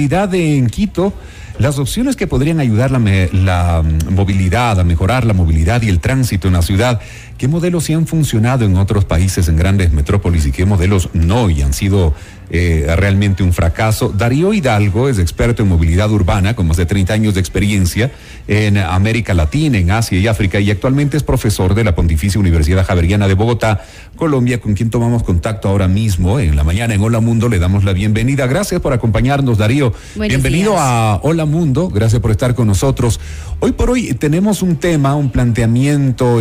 movilidad en Quito, las opciones que podrían ayudar la movilidad, a mejorar la movilidad y el tránsito en la ciudad. ¿Qué modelos sí han funcionado en otros países, en grandes metrópolis, y qué modelos no y han sido realmente un fracaso? Darío Hidalgo es experto en movilidad urbana con más de 30 años de experiencia en América Latina, en Asia y África, y actualmente es profesor de la Pontificia Universidad Javeriana de Bogotá, Colombia, con quien tomamos contacto ahora mismo en la mañana en Hola Mundo. Le damos la bienvenida. Gracias por acompañarnos, Darío. Bienvenido a Hola Mundo. Gracias por estar con nosotros. Hoy por hoy tenemos un tema, un planteamiento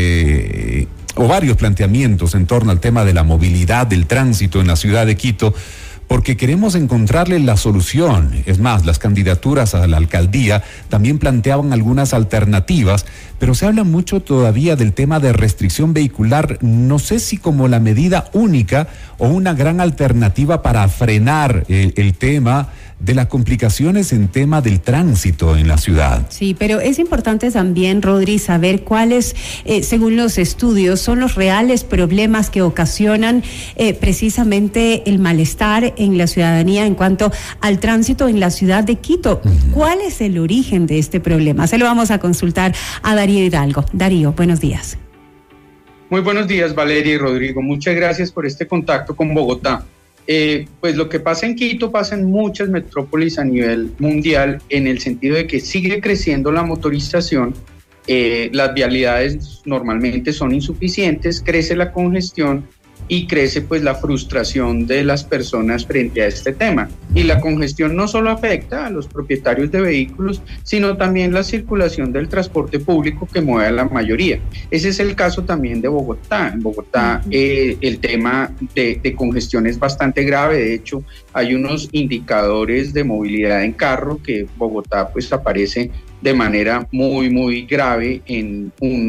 o varios planteamientos en torno al tema de la movilidad, del tránsito en la ciudad de Quito, porque queremos encontrarle la solución. Es más, las candidaturas a la alcaldía también planteaban algunas alternativas, pero se habla mucho todavía del tema de restricción vehicular, no sé si como la medida única o una gran alternativa para frenar el tema de las complicaciones en tema del tránsito en la ciudad. Sí, pero es importante también, Rodri, saber cuáles, según los estudios, son los reales problemas que ocasionan precisamente el malestar en la ciudadanía en cuanto al tránsito en la ciudad de Quito. ¿Cuál es el origen de este problema? Se lo vamos a consultar a Darío Hidalgo. Darío, buenos días. Muy buenos días, Valeria y Rodrigo. Muchas gracias por este contacto con Bogotá. Pues lo que pasa en Quito pasa en muchas metrópolis a nivel mundial, en el sentido de que sigue creciendo la motorización, las vialidades normalmente son insuficientes, crece la congestión y crece pues la frustración de las personas frente a este tema. Y la congestión no solo afecta a los propietarios de vehículos, sino también la circulación del transporte público que mueve a la mayoría. Ese es el caso también de Bogotá. En Bogotá el tema de congestión es bastante grave. De hecho, hay unos indicadores de movilidad en carro que Bogotá pues aparece de manera muy grave en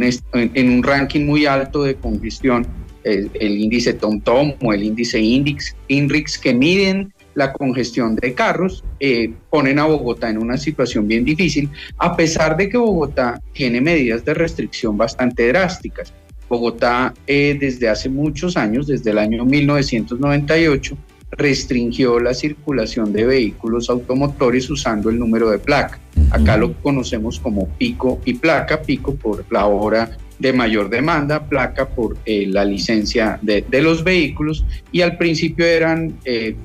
un ranking muy alto de congestión. El índice TomTom o el índice INRIX que miden la congestión de carros, ponen a Bogotá en una situación bien difícil, a pesar de que Bogotá tiene medidas de restricción bastante drásticas. Bogotá desde hace muchos años, desde el año 1998, restringió la circulación de vehículos automotores usando el número de placa. Acá lo conocemos como pico y placa, pico por la hora de mayor demanda, placa por la licencia de los vehículos, y al principio eran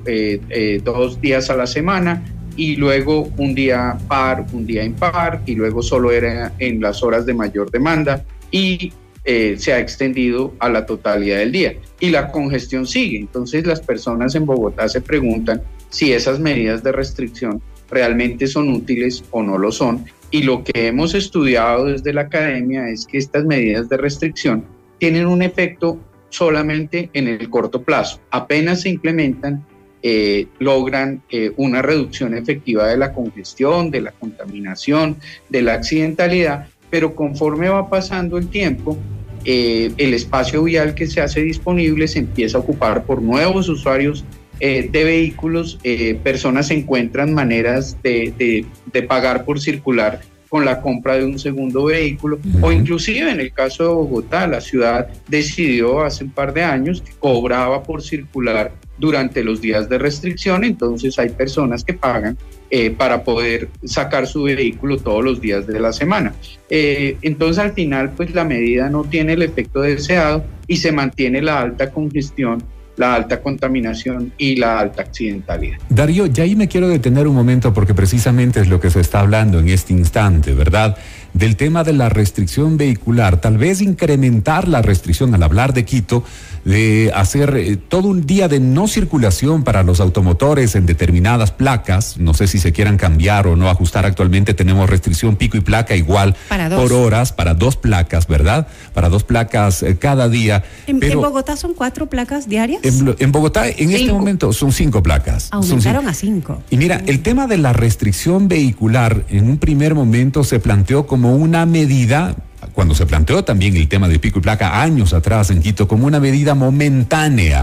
2 días a la semana y luego un día par, un día impar, y luego solo era en las horas de mayor demanda y se ha extendido a la totalidad del día y la congestión sigue. Entonces las personas en Bogotá se preguntan si esas medidas de restricción realmente son útiles o no lo son. Y lo que hemos estudiado desde la academia es que estas medidas de restricción tienen un efecto solamente en el corto plazo. Apenas se implementan, logran una reducción efectiva de la congestión, de la contaminación, de la accidentalidad, pero conforme va pasando el tiempo, el espacio vial que se hace disponible se empieza a ocupar por nuevos usuarios de vehículos. Personas encuentran maneras de pagar por circular con la compra de un segundo vehículo, o inclusive en el caso de Bogotá, la ciudad decidió hace un par de años que cobraba por circular durante los días de restricción. Entonces hay personas que pagan para poder sacar su vehículo todos los días de la semana. Entonces al final pues la medida no tiene el efecto deseado y se mantiene la alta congestión, la alta contaminación y la alta accidentalidad. Darío, ya ahí me quiero detener un momento, porque precisamente es lo que se está hablando en este instante, ¿verdad? Del tema de la restricción vehicular, tal vez incrementar la restricción al hablar de Quito, de hacer todo un día de no circulación para los automotores en determinadas placas. No sé si se quieran cambiar o no ajustar. Actualmente tenemos restricción pico y placa igual por horas, para 2 placas, ¿verdad? Para 2 placas cada día. ¿En Bogotá son 4 placas diarias? En Bogotá en este momento son 5 placas. Aumentaron a 5. Y mira, el tema de la restricción vehicular en un primer momento se planteó como una medida, cuando se planteó también el tema de pico y placa años atrás en Quito, como una medida momentánea,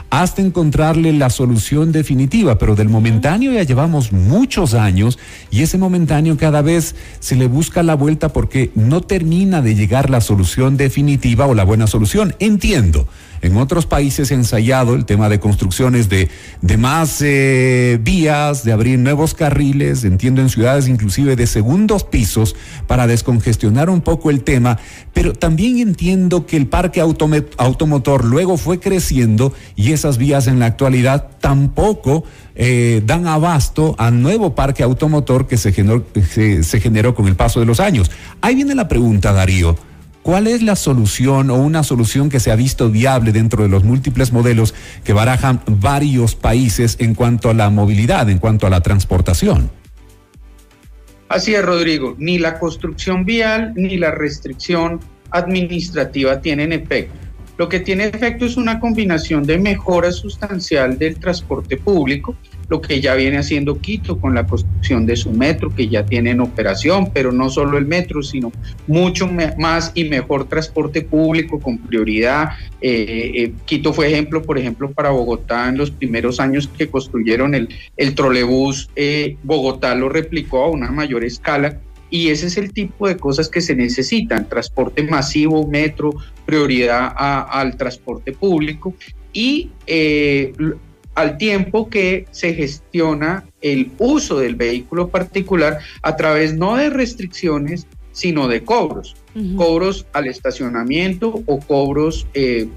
hasta encontrarle la solución definitiva, pero del momentáneo ya llevamos muchos años y ese momentáneo cada vez se le busca la vuelta porque no termina de llegar la solución definitiva o la buena solución. Entiendo, en otros países se ha ensayado el tema de construcciones de más vías, de abrir nuevos carriles, entiendo en ciudades inclusive de segundos pisos para descongestionar un poco el tema, pero también entiendo que el parque automotor luego fue creciendo y esas vías en la actualidad tampoco dan abasto al nuevo parque automotor que se generó con el paso de los años. Ahí viene la pregunta, Darío. ¿Cuál es la solución o una solución que se ha visto viable dentro de los múltiples modelos que barajan varios países en cuanto a la movilidad, en cuanto a la transportación? Así es, Rodrigo. Ni la construcción vial ni la restricción administrativa tienen efecto. Lo que tiene efecto es una combinación de mejora sustancial del transporte público, lo que ya viene haciendo Quito con la construcción de su metro, que ya tiene en operación, pero no solo el metro, sino mucho más y mejor transporte público con prioridad. Quito fue ejemplo, por ejemplo, para Bogotá en los primeros años que construyeron el trolebús, Bogotá lo replicó a una mayor escala. Y ese es el tipo de cosas que se necesitan: transporte masivo, metro, prioridad al transporte público y al tiempo que se gestiona el uso del vehículo particular a través no de restricciones, sino de cobros. Cobros al estacionamiento o cobros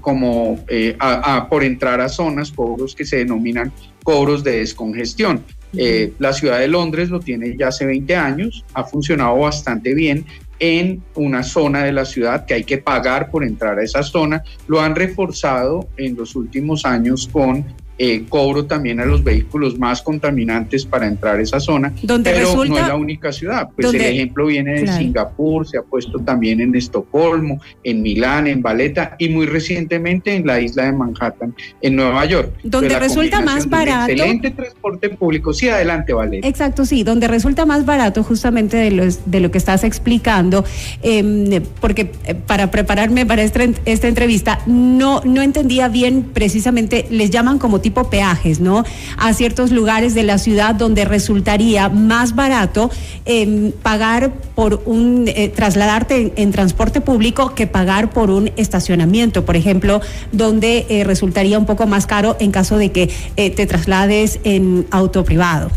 por entrar a zonas, cobros que se denominan cobros de descongestión. La ciudad de Londres lo tiene ya hace 20 años, ha funcionado bastante bien en una zona de la ciudad que hay que pagar por entrar a esa zona. Lo han reforzado en los últimos años con cobro también a los vehículos más contaminantes para entrar a esa zona, pero no es la única ciudad. Pues el ejemplo viene de Singapur, se ha puesto también en Estocolmo, en Milán, en Valletta y muy recientemente en la isla de Manhattan, en Nueva York. Donde resulta más barato. Excelente transporte público. Sí, adelante, Valeria. Exacto, sí, donde resulta más barato justamente de lo que estás explicando, porque para prepararme para esta entrevista no entendía bien precisamente, les llaman como tipo peajes, ¿no? A ciertos lugares de la ciudad donde resultaría más barato pagar por trasladarte en transporte público que pagar por un estacionamiento, por ejemplo, donde resultaría un poco más caro en caso de que te traslades en auto privado.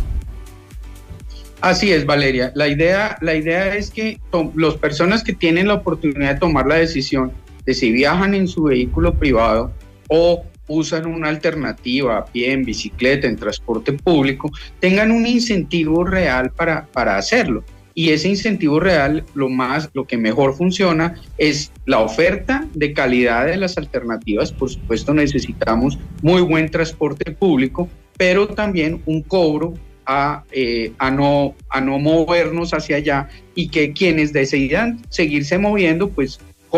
Así es, Valeria. La idea es que las personas que tienen la oportunidad de tomar la decisión de si viajan en su vehículo privado o usan una alternativa a pie, en bicicleta, en transporte público, tengan un incentivo real para hacerlo. Y ese incentivo real, lo que mejor funciona es la oferta de calidad de las alternativas. Por supuesto, necesitamos muy buen transporte público, pero también un cobro a no movernos hacia allá, y que quienes decidan seguirse moviendo, pues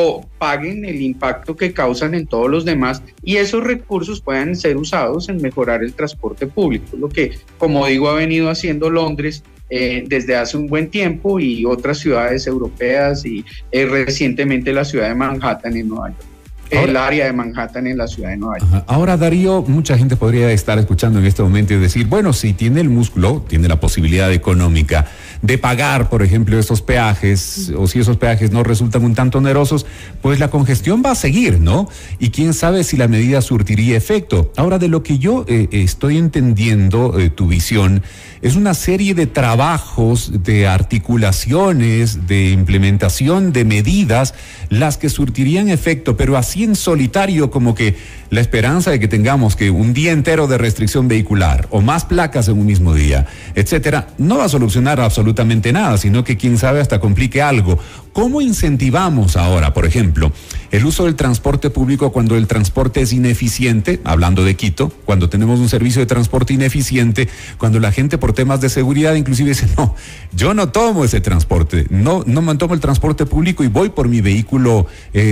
paguen el impacto que causan en todos los demás, y esos recursos puedan ser usados en mejorar el transporte público, lo que, como digo, ha venido haciendo Londres desde hace un buen tiempo, y otras ciudades europeas, y recientemente la ciudad de Manhattan en Nueva York. El área de Manhattan en la ciudad de Nueva York. Ajá. Ahora, Darío, mucha gente podría estar escuchando en este momento y decir, bueno, si tiene el músculo, tiene la posibilidad económica de pagar, por ejemplo, esos peajes, o si esos peajes no resultan un tanto onerosos, pues la congestión va a seguir, ¿no? Y quién sabe si la medida surtiría efecto. Ahora, de lo que yo estoy entendiendo, tu visión, es una serie de trabajos, de articulaciones, de implementación de medidas, las que surtirían efecto, pero así en solitario, como que la esperanza de que tengamos que un día entero de restricción vehicular o más placas en un mismo día, etcétera, no va a solucionar absolutamente nada, sino que quién sabe hasta complique algo. ¿Cómo incentivamos ahora, por ejemplo, el uso del transporte público cuando el transporte es ineficiente? Hablando de Quito, cuando tenemos un servicio de transporte ineficiente, cuando la gente por temas de seguridad inclusive dice, no, yo no tomo ese transporte, no me tomo el transporte público y voy por mi vehículo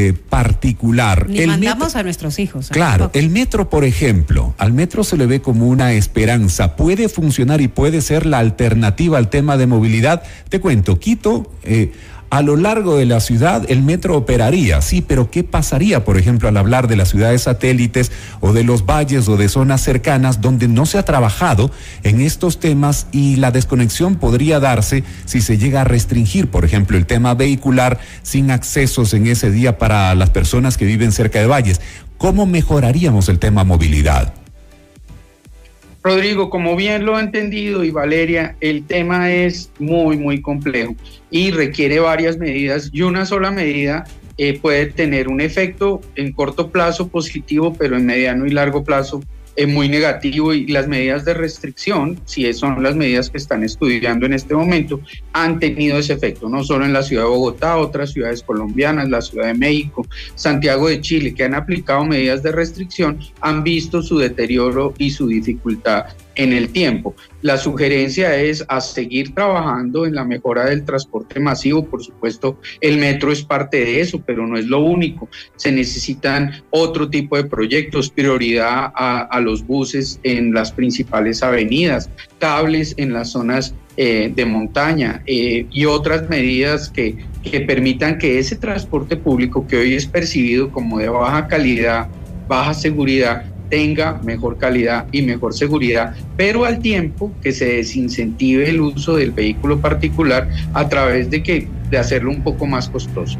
particular. Ni mandamos a nuestros hijos. Claro, el metro, por ejemplo, al metro se le ve como una esperanza, puede funcionar y puede ser la alternativa al tema de movilidad. Te cuento, Quito A lo largo de la ciudad el metro operaría, sí, pero ¿qué pasaría, por ejemplo, al hablar de las ciudades satélites o de los valles o de zonas cercanas donde no se ha trabajado en estos temas y la desconexión podría darse si se llega a restringir, por ejemplo, el tema vehicular sin accesos en ese día para las personas que viven cerca de valles? ¿Cómo mejoraríamos el tema movilidad? Rodrigo, como bien lo ha entendido, y Valeria, el tema es muy, muy complejo y requiere varias medidas, y una sola medida puede tener un efecto en corto plazo positivo, pero en mediano y largo plazo muy negativo, y las medidas de restricción, si son las medidas que están estudiando en este momento, han tenido ese efecto, no solo en la ciudad de Bogotá, otras ciudades colombianas, la Ciudad de México, Santiago de Chile, que han aplicado medidas de restricción, han visto su deterioro y su dificultad en el tiempo. La sugerencia es a seguir trabajando en la mejora del transporte masivo. Por supuesto, el metro es parte de eso, pero no es lo único. Se necesitan otro tipo de proyectos, prioridad a los buses en las principales avenidas, cables en las zonas de montaña y otras medidas que permitan que ese transporte público, que hoy es percibido como de baja calidad, baja seguridad, tenga mejor calidad y mejor seguridad, pero al tiempo que se desincentive el uso del vehículo particular a través de hacerlo un poco más costoso.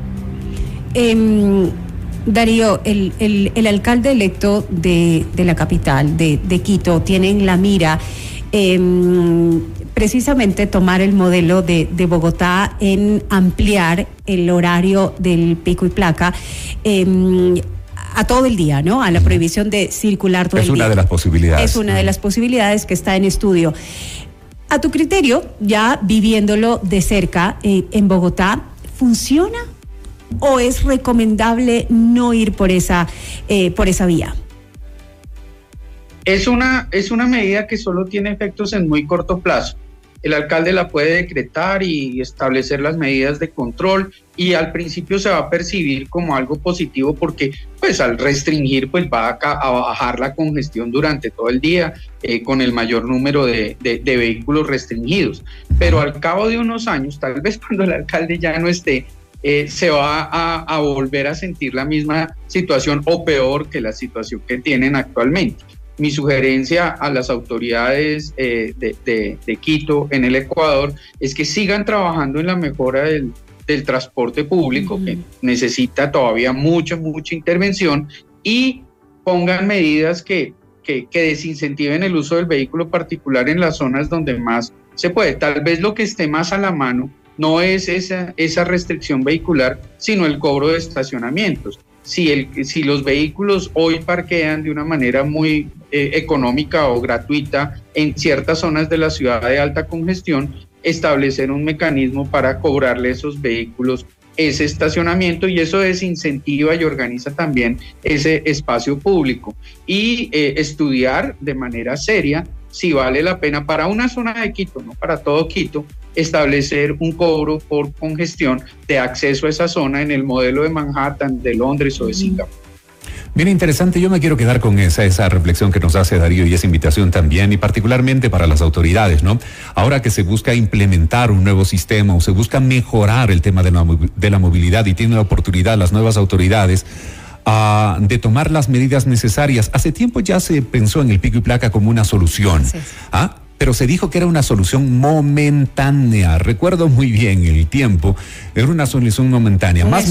Darío, el alcalde electo de la capital, de Quito, tiene en la mira precisamente tomar el modelo de Bogotá en ampliar el horario del pico y placa a todo el día, ¿no? A la prohibición de circular todo el día. Es una de las posibilidades. Es una de las posibilidades que está en estudio. A tu criterio, ya viviéndolo de cerca en Bogotá, ¿funciona o es recomendable no ir por esa vía? Es una medida que solo tiene efectos en muy corto plazo. El alcalde la puede decretar y establecer las medidas de control, y al principio se va a percibir como algo positivo porque pues al restringir pues va a bajar la congestión durante todo el día con el mayor número de vehículos restringidos. Pero al cabo de unos años, tal vez cuando el alcalde ya no esté, se va a volver a sentir la misma situación o peor que la situación que tienen actualmente. Mi sugerencia a las autoridades de Quito en el Ecuador es que sigan trabajando en la mejora del transporte público, que necesita todavía mucha intervención, y pongan medidas que desincentiven el uso del vehículo particular en las zonas donde más se puede. Tal vez lo que esté más a la mano no es esa restricción vehicular, sino el cobro de estacionamientos. Si los vehículos hoy parquean de una manera muy económica o gratuita en ciertas zonas de la ciudad de alta congestión, establecer un mecanismo para cobrarle a esos vehículos ese estacionamiento, y eso desincentiva y organiza también ese espacio público, y estudiar de manera seria si vale la pena para una zona de Quito, no para todo Quito, establecer un cobro por congestión de acceso a esa zona en el modelo de Manhattan, de Londres o de Singapur. Bien interesante, yo me quiero quedar con esa reflexión que nos hace Darío, y esa invitación también, y particularmente para las autoridades, ¿no? Ahora que se busca implementar un nuevo sistema o se busca mejorar el tema de la movilidad, y tienen la oportunidad las nuevas autoridades de tomar las medidas necesarias. Hace tiempo ya se pensó en el pico y placa como una solución. Sí. Pero se dijo que era una solución momentánea. Recuerdo muy bien el tiempo, era una solución momentánea. Más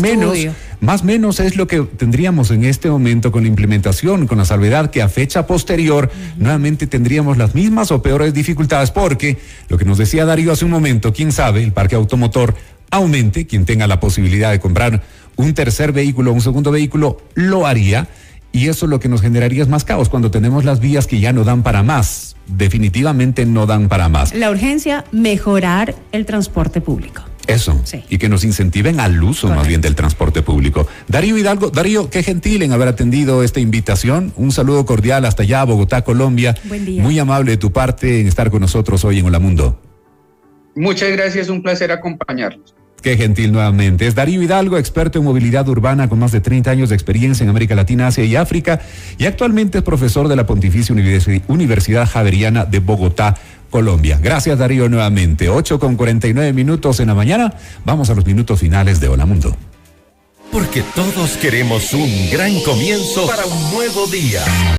o menos es lo que tendríamos en este momento con la implementación, con la salvedad que a fecha posterior nuevamente tendríamos las mismas o peores dificultades, porque lo que nos decía Darío hace un momento, quién sabe, el parque automotor aumente, quien tenga la posibilidad de comprar un tercer vehículo o un segundo vehículo lo haría, y eso lo que nos generaría es más caos cuando tenemos las vías que ya no dan para más. Definitivamente no dan para más. La urgencia, mejorar el transporte público. Eso, sí. Y que nos incentiven al uso más bien del transporte público. Darío Hidalgo, Darío, qué gentil en haber atendido esta invitación. Un saludo cordial hasta allá, Bogotá, Colombia. Buen día. Muy amable de tu parte en estar con nosotros hoy en Hola Mundo. Muchas gracias, un placer acompañarlos. Qué gentil nuevamente. Es Darío Hidalgo, experto en movilidad urbana con más de 30 años de experiencia en América Latina, Asia y África, y actualmente es profesor de la Pontificia Universidad Javeriana de Bogotá, Colombia. Gracias, Darío, nuevamente. 8:49 en la mañana. Vamos a los minutos finales de Hola Mundo. Porque todos queremos un gran comienzo para un nuevo día.